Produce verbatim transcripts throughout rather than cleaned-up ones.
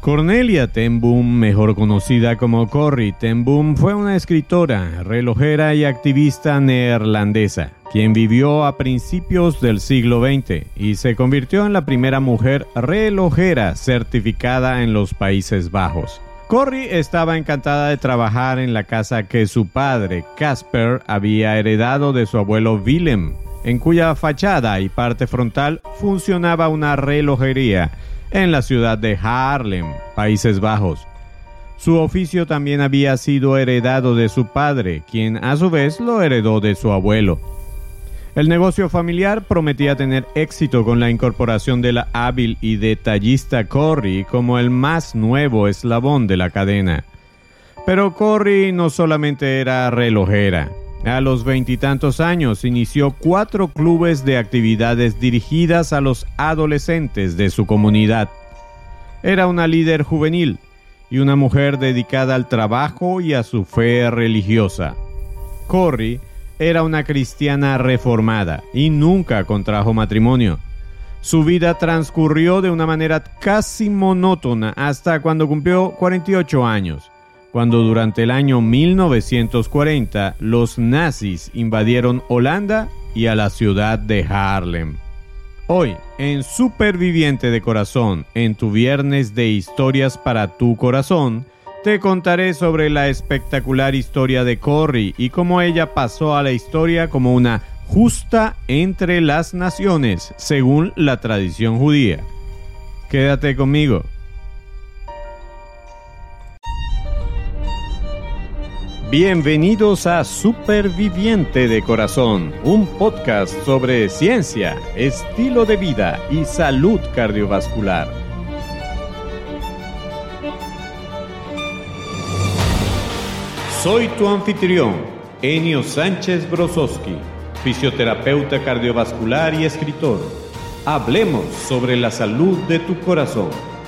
Cornelia ten Boom, mejor conocida como Corrie ten Boom, fue una escritora, relojera y activista neerlandesa, quien vivió a principios del siglo veinte y se convirtió en la primera mujer relojera certificada en los Países Bajos. Corrie estaba encantada de trabajar en la casa que su padre, Casper, había heredado de su abuelo Willem, en cuya fachada y parte frontal funcionaba una relojería en la ciudad de Haarlem, Países Bajos. Su oficio también había sido heredado de su padre, quien a su vez lo heredó de su abuelo. El negocio familiar prometía tener éxito con la incorporación de la hábil y detallista Corrie como el más nuevo eslabón de la cadena. Pero Corrie no solamente era relojera. A los veintitantos años inició cuatro clubes de actividades dirigidas a los adolescentes de su comunidad. Era una líder juvenil y una mujer dedicada al trabajo y a su fe religiosa. Corrie era una cristiana reformada y nunca contrajo matrimonio. Su vida transcurrió de una manera casi monótona hasta cuando cumplió cuarenta y ocho años. Cuando durante el año mil novecientos cuarenta los nazis invadieron Holanda y a la ciudad de Haarlem. Hoy, en Superviviente de Corazón, en tu viernes de historias para tu corazón, te contaré sobre la espectacular historia de Corrie y cómo ella pasó a la historia como una justa entre las naciones, según la tradición judía. Quédate conmigo. Bienvenidos a Superviviente de Corazón, un podcast sobre ciencia, estilo de vida y salud cardiovascular. Soy tu anfitrión, Enio Sánchez Brozowski, fisioterapeuta cardiovascular y escritor. Hablemos sobre la salud de tu corazón.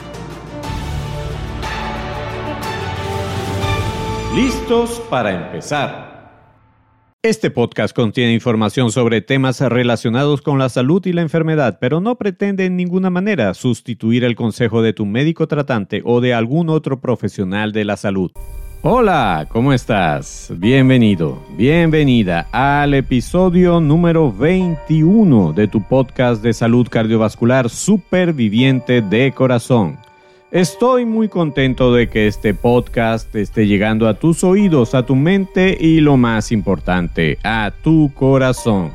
¿Listos para empezar? Este podcast contiene información sobre temas relacionados con la salud y la enfermedad, pero no pretende en ninguna manera sustituir el consejo de tu médico tratante o de algún otro profesional de la salud. Hola, ¿cómo estás? Bienvenido, bienvenida al episodio número veintiuno de tu podcast de salud cardiovascular Superviviente de Corazón. Estoy muy contento de que este podcast esté llegando a tus oídos, a tu mente y, lo más importante, a tu corazón.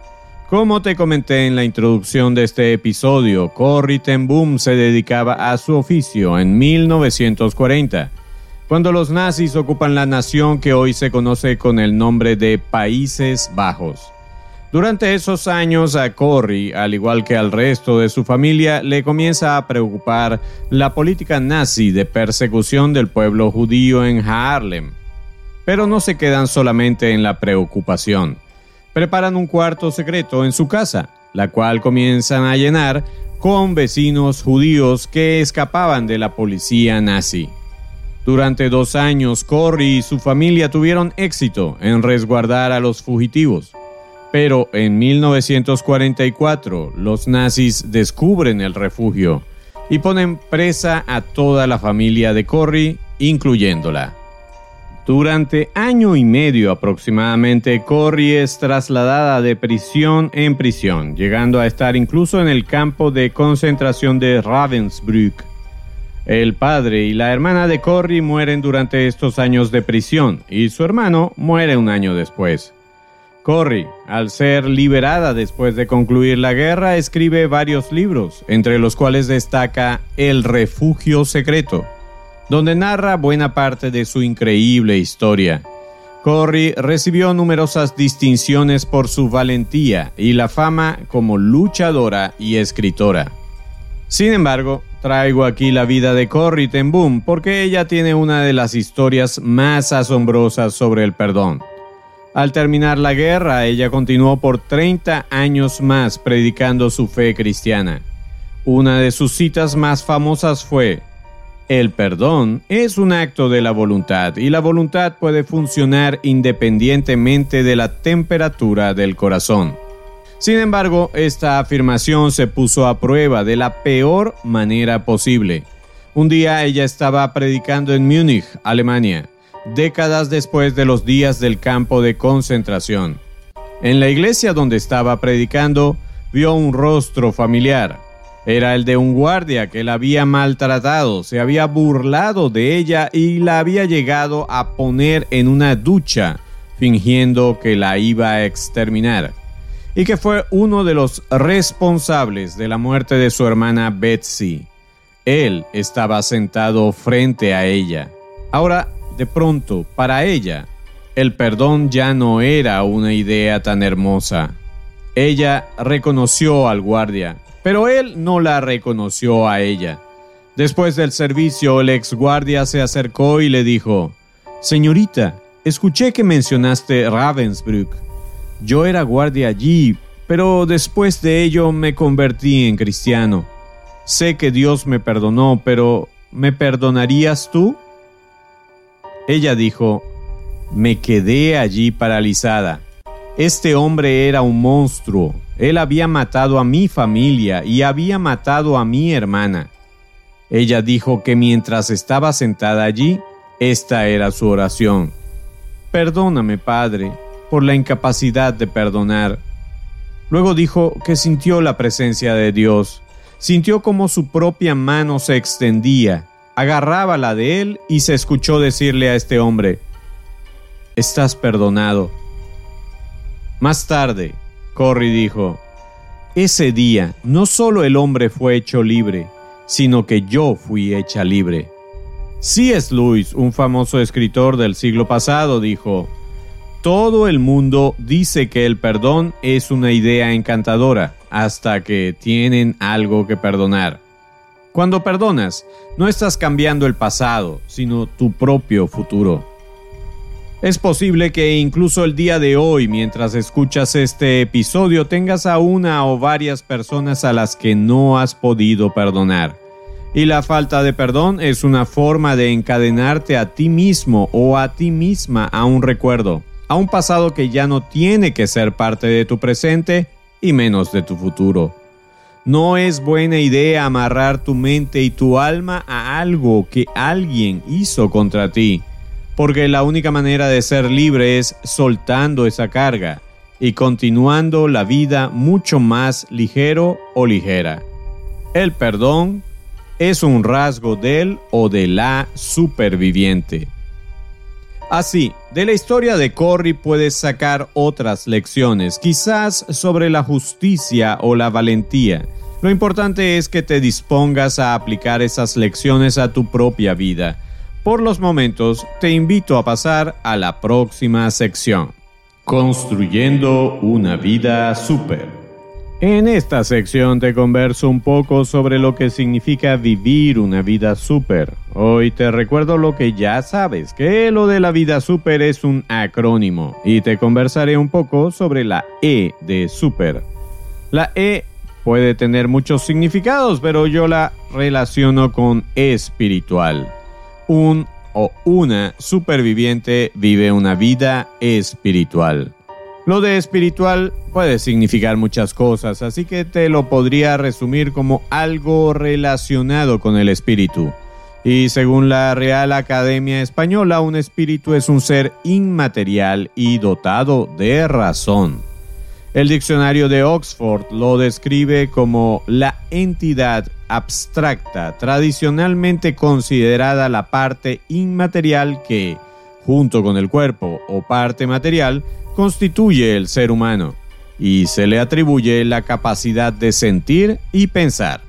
Como te comenté en la introducción de este episodio, Corrie ten Boom se dedicaba a su oficio en mil novecientos cuarenta, cuando los nazis ocupan la nación que hoy se conoce con el nombre de Países Bajos. Durante esos años a Corrie, al igual que al resto de su familia, le comienza a preocupar la política nazi de persecución del pueblo judío en Haarlem. Pero no se quedan solamente en la preocupación. Preparan un cuarto secreto en su casa, la cual comienzan a llenar con vecinos judíos que escapaban de la policía nazi. Durante dos años, Corrie y su familia tuvieron éxito en resguardar a los fugitivos. Pero en mil novecientos cuarenta y cuatro los nazis descubren el refugio y ponen presa a toda la familia de Corrie, incluyéndola. Durante año y medio aproximadamente, Corrie es trasladada de prisión en prisión, llegando a estar incluso en el campo de concentración de Ravensbrück. El padre y la hermana de Corrie mueren durante estos años de prisión y su hermano muere un año después. Corrie, al ser liberada después de concluir la guerra, escribe varios libros, entre los cuales destaca El Refugio Secreto, donde narra buena parte de su increíble historia. Corrie recibió numerosas distinciones por su valentía y la fama como luchadora y escritora. Sin embargo, traigo aquí la vida de Corrie ten Boom porque ella tiene una de las historias más asombrosas sobre el perdón. Al terminar la guerra, ella continuó por treinta años más predicando su fe cristiana. Una de sus citas más famosas fue: el perdón es un acto de la voluntad y la voluntad puede funcionar independientemente de la temperatura del corazón. Sin embargo, esta afirmación se puso a prueba de la peor manera posible. Un día ella estaba predicando en Múnich, Alemania, décadas después de los días del campo de concentración. En la iglesia donde estaba predicando, vio un rostro familiar. Era el de un guardia que la había maltratado, se había burlado de ella y la había llegado a poner en una ducha, fingiendo que la iba a exterminar, y que fue uno de los responsables de la muerte de su hermana Betsy. Él estaba sentado frente a ella. Ahora, de pronto, para ella, el perdón ya no era una idea tan hermosa. Ella reconoció al guardia, pero él no la reconoció a ella. Después del servicio, el ex guardia se acercó y le dijo: «Señorita, escuché que mencionaste Ravensbrück. Yo era guardia allí, pero después de ello me convertí en cristiano. Sé que Dios me perdonó, pero ¿me perdonarías tú?». Ella dijo: «Me quedé allí paralizada. Este hombre era un monstruo. Él había matado a mi familia y había matado a mi hermana». Ella dijo que mientras estaba sentada allí, esta era su oración: «Perdóname, Padre, por la incapacidad de perdonar». Luego dijo que sintió la presencia de Dios. Sintió como su propia mano se extendía, agarraba la de él y se escuchó decirle a este hombre: «Estás perdonado». Más tarde, Corrie dijo: «Ese día no solo el hombre fue hecho libre, sino que yo fui hecha libre». C S Lewis, un famoso escritor del siglo pasado, dijo: «Todo el mundo dice que el perdón es una idea encantadora hasta que tienen algo que perdonar. Cuando perdonas, no estás cambiando el pasado, sino tu propio futuro». Es posible que incluso el día de hoy, mientras escuchas este episodio, tengas a una o varias personas a las que no has podido perdonar. Y la falta de perdón es una forma de encadenarte a ti mismo o a ti misma a un recuerdo, a un pasado que ya no tiene que ser parte de tu presente y menos de tu futuro. No es buena idea amarrar tu mente y tu alma a algo que alguien hizo contra ti, porque la única manera de ser libre es soltando esa carga y continuando la vida mucho más ligero o ligera. El perdón es un rasgo del o de la superviviente. Así, de la historia de Corrie puedes sacar otras lecciones, quizás sobre la justicia o la valentía. Lo importante es que te dispongas a aplicar esas lecciones a tu propia vida. Por los momentos, te invito a pasar a la próxima sección: Construyendo una vida súper. En esta sección te converso un poco sobre lo que significa vivir una vida súper. Hoy te recuerdo lo que ya sabes, que lo de la vida súper es un acrónimo, y te conversaré un poco sobre la E de súper. La E puede tener muchos significados, pero yo la relaciono con espiritual. Un o una superviviente vive una vida espiritual. Lo de espiritual puede significar muchas cosas, así que te lo podría resumir como algo relacionado con el espíritu. Y según la Real Academia Española, un espíritu es un ser inmaterial y dotado de razón. El diccionario de Oxford lo describe como la entidad abstracta, tradicionalmente considerada la parte inmaterial que, junto con el cuerpo o parte material, constituye el ser humano, y se le atribuye la capacidad de sentir y pensar.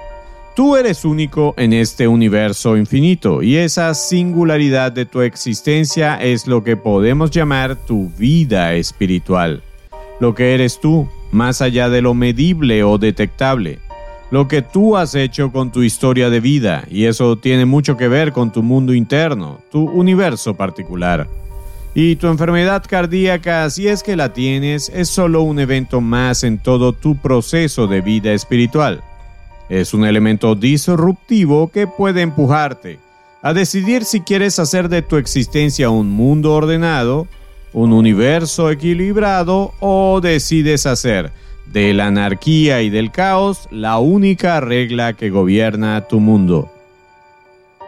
Tú eres único en este universo infinito, y esa singularidad de tu existencia es lo que podemos llamar tu vida espiritual. Lo que eres tú, más allá de lo medible o detectable. Lo que tú has hecho con tu historia de vida, y eso tiene mucho que ver con tu mundo interno, tu universo particular. Y tu enfermedad cardíaca, si es que la tienes, es solo un evento más en todo tu proceso de vida espiritual. Es un elemento disruptivo que puede empujarte a decidir si quieres hacer de tu existencia un mundo ordenado, un universo equilibrado, o decides hacer de la anarquía y del caos la única regla que gobierna tu mundo.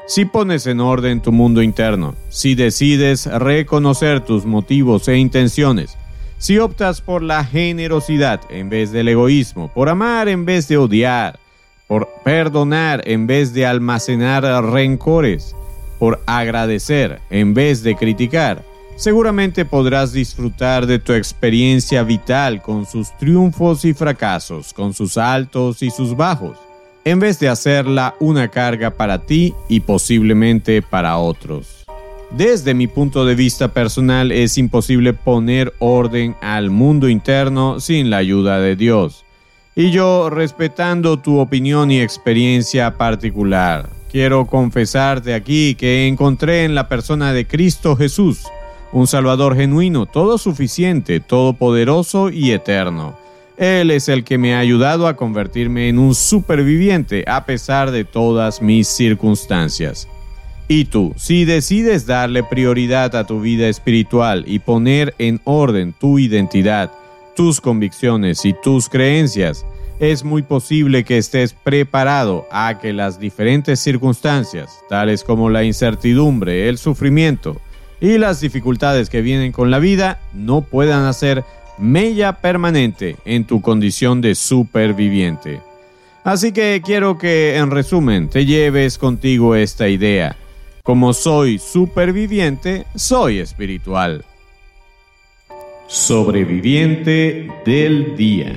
Si pones en orden tu mundo interno, si decides reconocer tus motivos e intenciones, si optas por la generosidad en vez del egoísmo, por amar en vez de odiar, por perdonar en vez de almacenar rencores, por agradecer en vez de criticar, seguramente podrás disfrutar de tu experiencia vital con sus triunfos y fracasos, con sus altos y sus bajos, en vez de hacerla una carga para ti y posiblemente para otros. Desde mi punto de vista personal, es imposible poner orden al mundo interno sin la ayuda de Dios. Y yo, respetando tu opinión y experiencia particular, quiero confesarte aquí que encontré en la persona de Cristo Jesús un Salvador genuino, todo suficiente, todopoderoso y eterno. Él es el que me ha ayudado a convertirme en un superviviente a pesar de todas mis circunstancias. Y tú, si decides darle prioridad a tu vida espiritual y poner en orden tu identidad, tus convicciones y tus creencias, es muy posible que estés preparado a que las diferentes circunstancias, tales como la incertidumbre, el sufrimiento y las dificultades que vienen con la vida, no puedan hacer mella permanente en tu condición de superviviente. Así que quiero que, en resumen, te lleves contigo esta idea. Como soy superviviente, soy espiritual. Sobreviviente del día.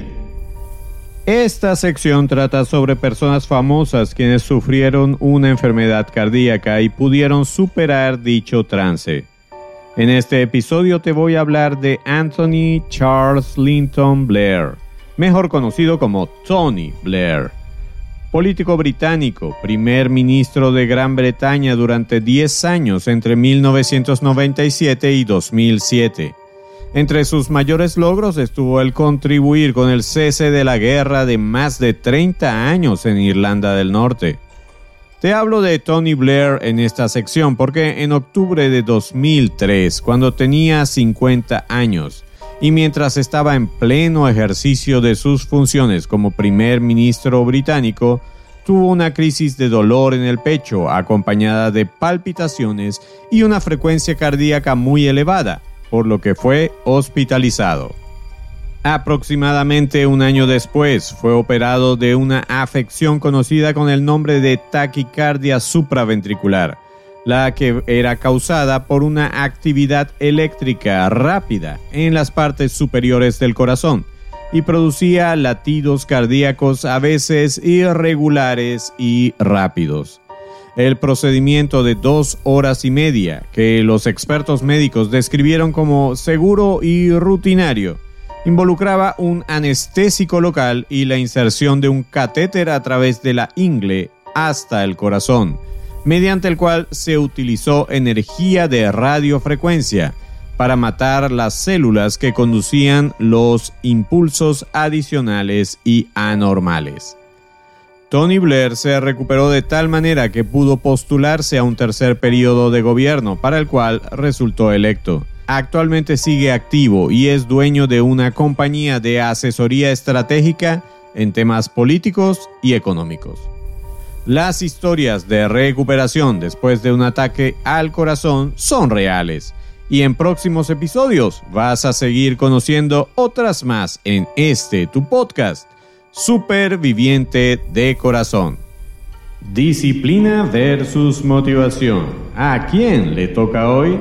Esta sección trata sobre personas famosas quienes sufrieron una enfermedad cardíaca y pudieron superar dicho trance. En este episodio te voy a hablar de Anthony Charles Linton Blair, mejor conocido como Tony Blair. Político británico, primer ministro de Gran Bretaña durante diez años entre mil novecientos noventa y siete y dos mil siete. Entre sus mayores logros estuvo el contribuir con el cese de la guerra de más de treinta años en Irlanda del Norte. Te hablo de Tony Blair en esta sección porque en octubre de dos mil tres, cuando tenía cincuenta años, y mientras estaba en pleno ejercicio de sus funciones como primer ministro británico, tuvo una crisis de dolor en el pecho acompañada de palpitaciones y una frecuencia cardíaca muy elevada, por lo que fue hospitalizado. Aproximadamente un año después fue operado de una afección conocida con el nombre de taquicardia supraventricular, la que era causada por una actividad eléctrica rápida en las partes superiores del corazón y producía latidos cardíacos a veces irregulares y rápidos. El procedimiento de dos horas y media, que los expertos médicos describieron como seguro y rutinario, involucraba un anestésico local y la inserción de un catéter a través de la ingle hasta el corazón, mediante el cual se utilizó energía de radiofrecuencia para matar las células que conducían los impulsos adicionales y anormales. Tony Blair se recuperó de tal manera que pudo postularse a un tercer periodo de gobierno, para el cual resultó electo. Actualmente sigue activo y es dueño de una compañía de asesoría estratégica en temas políticos y económicos. Las historias de recuperación después de un ataque al corazón son reales y en próximos episodios vas a seguir conociendo otras más en este tu podcast, Superviviente de Corazón. Disciplina versus motivación. ¿A quién le toca hoy?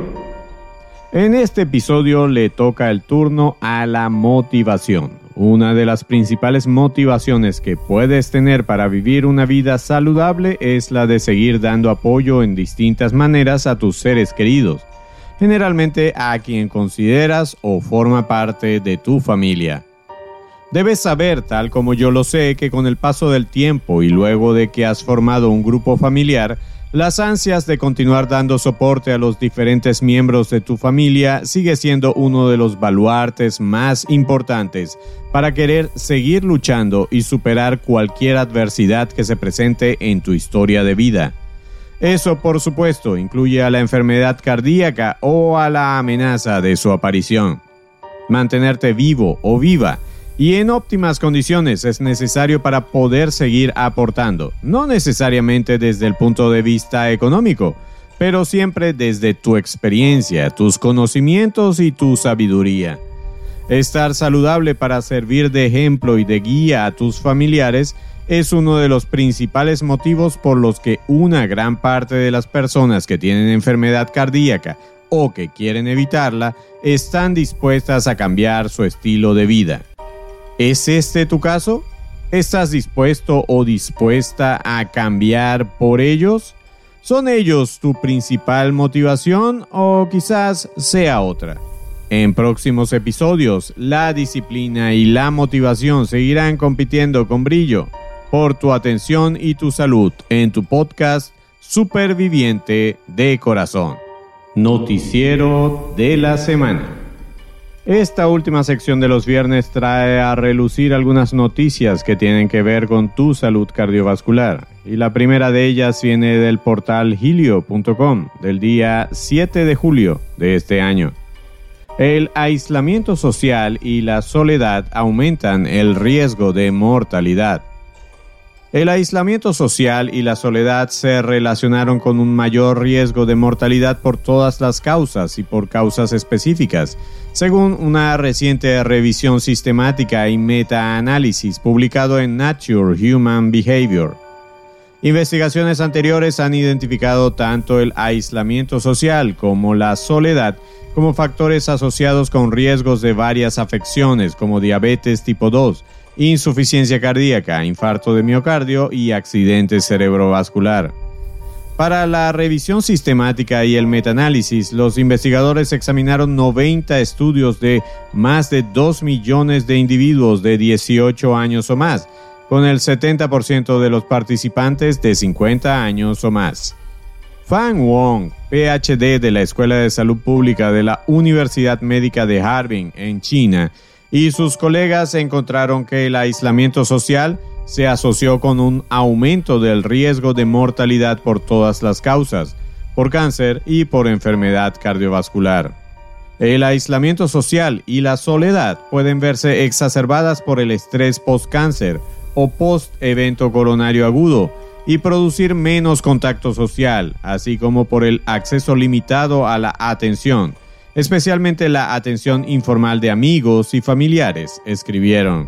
En este episodio le toca el turno a la motivación. Una de las principales motivaciones que puedes tener para vivir una vida saludable es la de seguir dando apoyo en distintas maneras a tus seres queridos, generalmente a quien consideras o forma parte de tu familia. Debes saber, tal como yo lo sé, que con el paso del tiempo y luego de que has formado un grupo familiar, las ansias de continuar dando soporte a los diferentes miembros de tu familia sigue siendo uno de los baluartes más importantes para querer seguir luchando y superar cualquier adversidad que se presente en tu historia de vida. Eso, por supuesto, incluye a la enfermedad cardíaca o a la amenaza de su aparición. Mantenerte vivo o viva y en óptimas condiciones es necesario para poder seguir aportando, no necesariamente desde el punto de vista económico, pero siempre desde tu experiencia, tus conocimientos y tu sabiduría. Estar saludable para servir de ejemplo y de guía a tus familiares es uno de los principales motivos por los que una gran parte de las personas que tienen enfermedad cardíaca o que quieren evitarla están dispuestas a cambiar su estilo de vida. ¿Es este tu caso? ¿Estás dispuesto o dispuesta a cambiar por ellos? ¿Son ellos tu principal motivación o quizás sea otra? En próximos episodios, la disciplina y la motivación seguirán compitiendo con brillo por tu atención y tu salud en tu podcast Superviviente de Corazón. Noticiero de la semana. Esta última sección de los viernes trae a relucir algunas noticias que tienen que ver con tu salud cardiovascular. Y la primera de ellas viene del portal Helio punto com del día siete de julio de este año. El aislamiento social y la soledad aumentan el riesgo de mortalidad. El aislamiento social y la soledad se relacionaron con un mayor riesgo de mortalidad por todas las causas y por causas específicas, según una reciente revisión sistemática y metaanálisis publicado en Nature Human Behavior. Investigaciones anteriores han identificado tanto el aislamiento social como la soledad como factores asociados con riesgos de varias afecciones como diabetes tipo dos, insuficiencia cardíaca, infarto de miocardio y accidente cerebrovascular. Para la revisión sistemática y el metaanálisis, los investigadores examinaron noventa estudios de más de dos millones de individuos de dieciocho años o más, con el setenta por ciento de los participantes de cincuenta años o más. Fan Wong, P H D de la Escuela de Salud Pública de la Universidad Médica de Harbin en China, y sus colegas encontraron que el aislamiento social se asoció con un aumento del riesgo de mortalidad por todas las causas, por cáncer y por enfermedad cardiovascular. El aislamiento social y la soledad pueden verse exacerbadas por el estrés post-cáncer o post-evento coronario agudo y producir menos contacto social, así como por el acceso limitado a la atención, especialmente la atención informal de amigos y familiares, escribieron.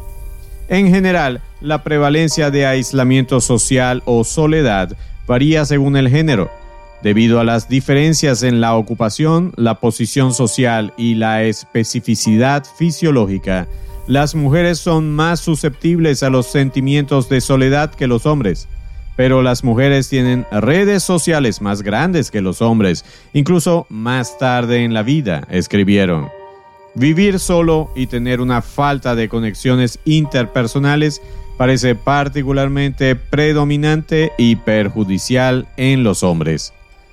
En general, la prevalencia de aislamiento social o soledad varía según el género. Debido a las diferencias en la ocupación, la posición social y la especificidad fisiológica, las mujeres son más susceptibles a los sentimientos de soledad que los hombres. Pero las mujeres tienen redes sociales más grandes que los hombres, incluso más tarde en la vida, escribieron. Vivir solo y tener una falta de conexiones interpersonales parece particularmente predominante y perjudicial en los hombres.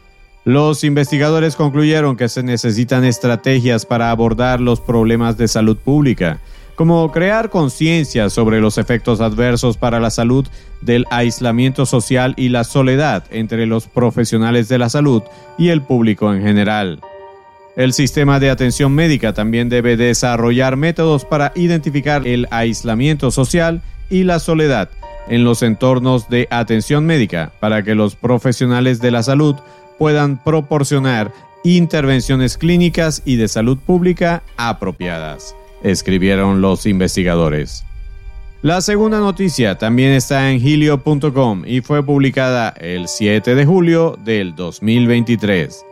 Los investigadores concluyeron que se necesitan estrategias para abordar los problemas de salud pública, como crear conciencia sobre los efectos adversos para la salud del aislamiento social y la soledad entre los profesionales de la salud y el público en general. El sistema de atención médica también debe desarrollar métodos para identificar el aislamiento social y la soledad en los entornos de atención médica para que los profesionales de la salud puedan proporcionar intervenciones clínicas y de salud pública apropiadas, escribieron los investigadores. La segunda noticia también está en Helio punto com y fue publicada el siete de julio del dos mil veintitrés.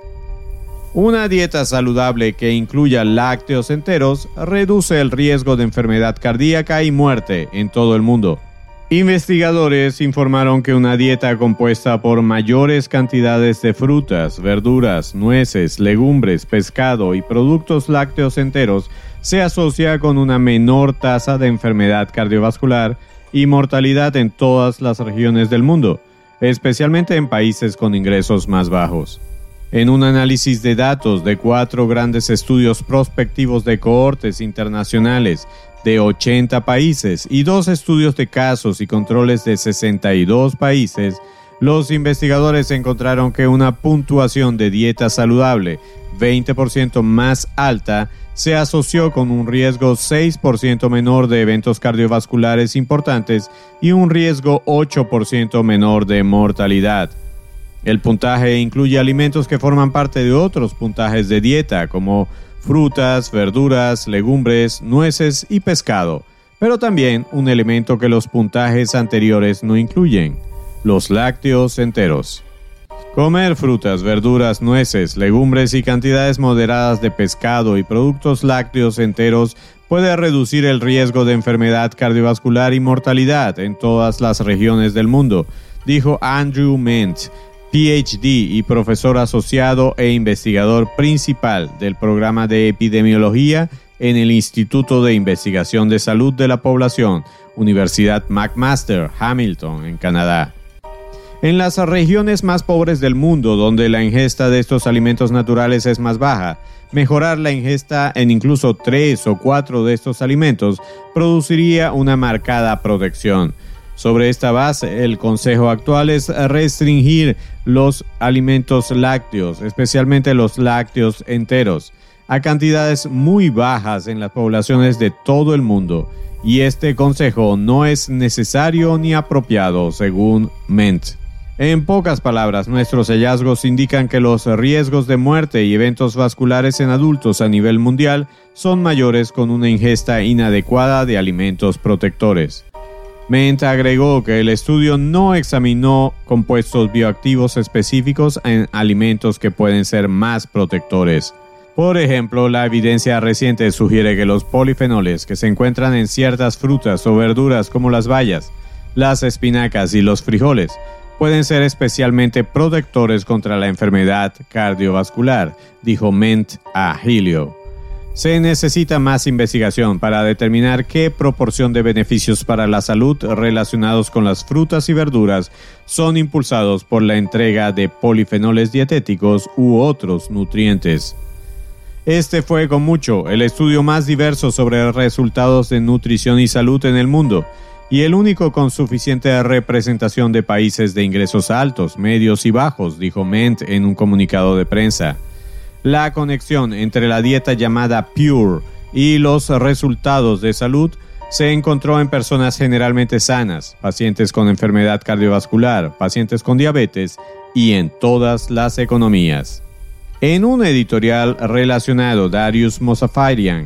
Una dieta saludable que incluya lácteos enteros reduce el riesgo de enfermedad cardíaca y muerte en todo el mundo. Investigadores informaron que una dieta compuesta por mayores cantidades de frutas, verduras, nueces, legumbres, pescado y productos lácteos enteros se asocia con una menor tasa de enfermedad cardiovascular y mortalidad en todas las regiones del mundo, especialmente en países con ingresos más bajos. En un análisis de datos de cuatro grandes estudios prospectivos de cohortes internacionales de ochenta países y dos estudios de casos y controles de sesenta y dos países, los investigadores encontraron que una puntuación de dieta saludable veinte por ciento más alta, se asoció con un riesgo seis por ciento menor de eventos cardiovasculares importantes y un riesgo ocho por ciento menor de mortalidad. El puntaje incluye alimentos que forman parte de otros puntajes de dieta, como frutas, verduras, legumbres, nueces y pescado, pero también un elemento que los puntajes anteriores no incluyen: los lácteos enteros. Comer frutas, verduras, nueces, legumbres y cantidades moderadas de pescado y productos lácteos enteros puede reducir el riesgo de enfermedad cardiovascular y mortalidad en todas las regiones del mundo, dijo Andrew Ment, P H D y profesor asociado e investigador principal del programa de epidemiología en el Instituto de Investigación de Salud de la Población, Universidad McMaster, Hamilton, en Canadá. En las regiones más pobres del mundo, donde la ingesta de estos alimentos naturales es más baja, mejorar la ingesta en incluso tres o cuatro de estos alimentos produciría una marcada protección. Sobre esta base, el consejo actual es restringir los alimentos lácteos, especialmente los lácteos enteros, a cantidades muy bajas en las poblaciones de todo el mundo, y este consejo no es necesario ni apropiado, según Ment. En pocas palabras, nuestros hallazgos indican que los riesgos de muerte y eventos vasculares en adultos a nivel mundial son mayores con una ingesta inadecuada de alimentos protectores. Ment agregó que el estudio no examinó compuestos bioactivos específicos en alimentos que pueden ser más protectores. Por ejemplo, la evidencia reciente sugiere que los polifenoles que se encuentran en ciertas frutas o verduras como las bayas, las espinacas y los frijoles pueden ser especialmente protectores contra la enfermedad cardiovascular, dijo Ment a Helio. Se necesita más investigación para determinar qué proporción de beneficios para la salud relacionados con las frutas y verduras son impulsados por la entrega de polifenoles dietéticos u otros nutrientes. Este fue con mucho el estudio más diverso sobre resultados de nutrición y salud en el mundo, y el único con suficiente representación de países de ingresos altos, medios y bajos, dijo Ment en un comunicado de prensa. La conexión entre la dieta llamada Pure y los resultados de salud se encontró en personas generalmente sanas, pacientes con enfermedad cardiovascular, pacientes con diabetes y en todas las economías. En un editorial relacionado, Darius Mozaffarian,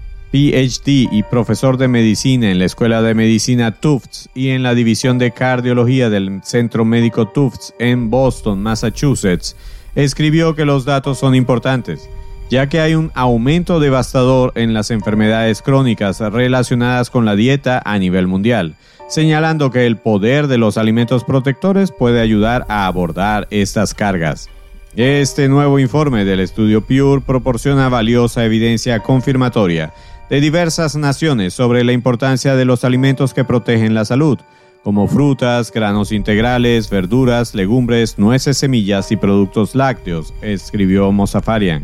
P H D y profesor de medicina en la Escuela de Medicina Tufts y en la División de Cardiología del Centro Médico Tufts en Boston, Massachusetts, escribió que los datos son importantes, ya que hay un aumento devastador en las enfermedades crónicas relacionadas con la dieta a nivel mundial, señalando que el poder de los alimentos protectores puede ayudar a abordar estas cargas. Este nuevo informe del estudio Pure proporciona valiosa evidencia confirmatoria de diversas naciones sobre la importancia de los alimentos que protegen la salud, como frutas, granos integrales, verduras, legumbres, nueces, semillas y productos lácteos, escribió Mozaffarian.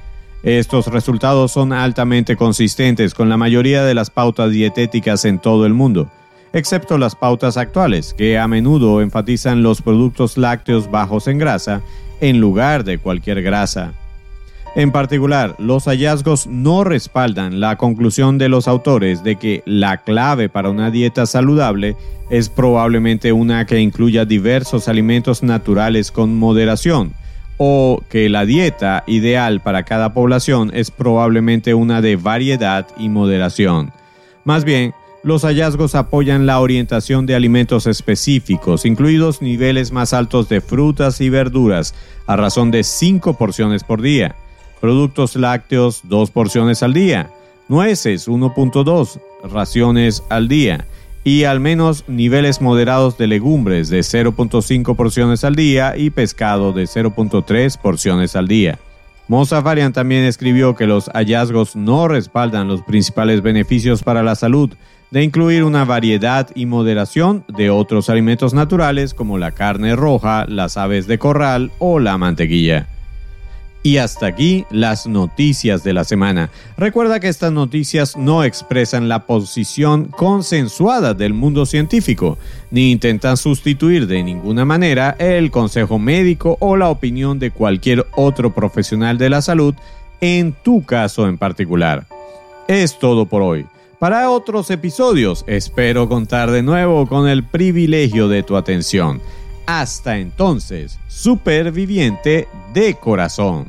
Estos resultados son altamente consistentes con la mayoría de las pautas dietéticas en todo el mundo, excepto las pautas actuales, que a menudo enfatizan los productos lácteos bajos en grasa en lugar de cualquier grasa. En particular, los hallazgos no respaldan la conclusión de los autores de que la clave para una dieta saludable es probablemente una que incluya diversos alimentos naturales con moderación, o que la dieta ideal para cada población es probablemente una de variedad y moderación. Más bien, los hallazgos apoyan la orientación de alimentos específicos, incluidos niveles más altos de frutas y verduras, a razón de cinco porciones por día, productos lácteos dos porciones al día, nueces uno punto dos raciones al día y al menos niveles moderados de legumbres de cero punto cinco porciones al día y pescado de cero punto tres porciones al día. Mozaffarian también escribió que los hallazgos no respaldan los principales beneficios para la salud de incluir una variedad y moderación de otros alimentos naturales como la carne roja, las aves de corral o la mantequilla. Y hasta aquí las noticias de la semana. Recuerda que estas noticias no expresan la posición consensuada del mundo científico, ni intentan sustituir de ninguna manera el consejo médico o la opinión de cualquier otro profesional de la salud en tu caso en particular. Es todo por hoy. Para otros episodios, espero contar de nuevo con el privilegio de tu atención. Hasta entonces, superviviente de corazón.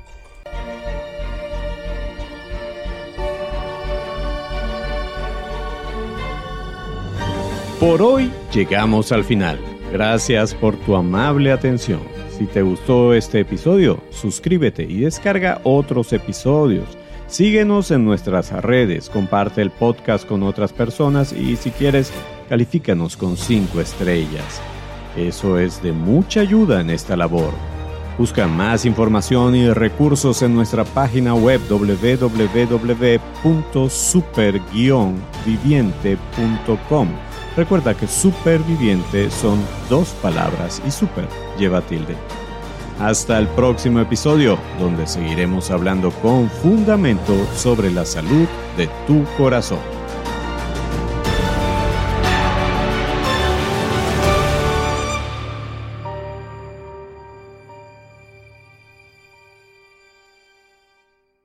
Por hoy llegamos al final. Gracias por tu amable atención. Si te gustó este episodio, suscríbete y descarga otros episodios. Síguenos en nuestras redes, comparte el podcast con otras personas y si quieres, califícanos con cinco estrellas. Eso es de mucha ayuda en esta labor. Busca más información y recursos en nuestra página web doble u doble u doble u punto super guion viviente punto com. Recuerda que superviviente son dos palabras y super lleva tilde. Hasta el próximo episodio, donde seguiremos hablando con fundamento sobre la salud de tu corazón.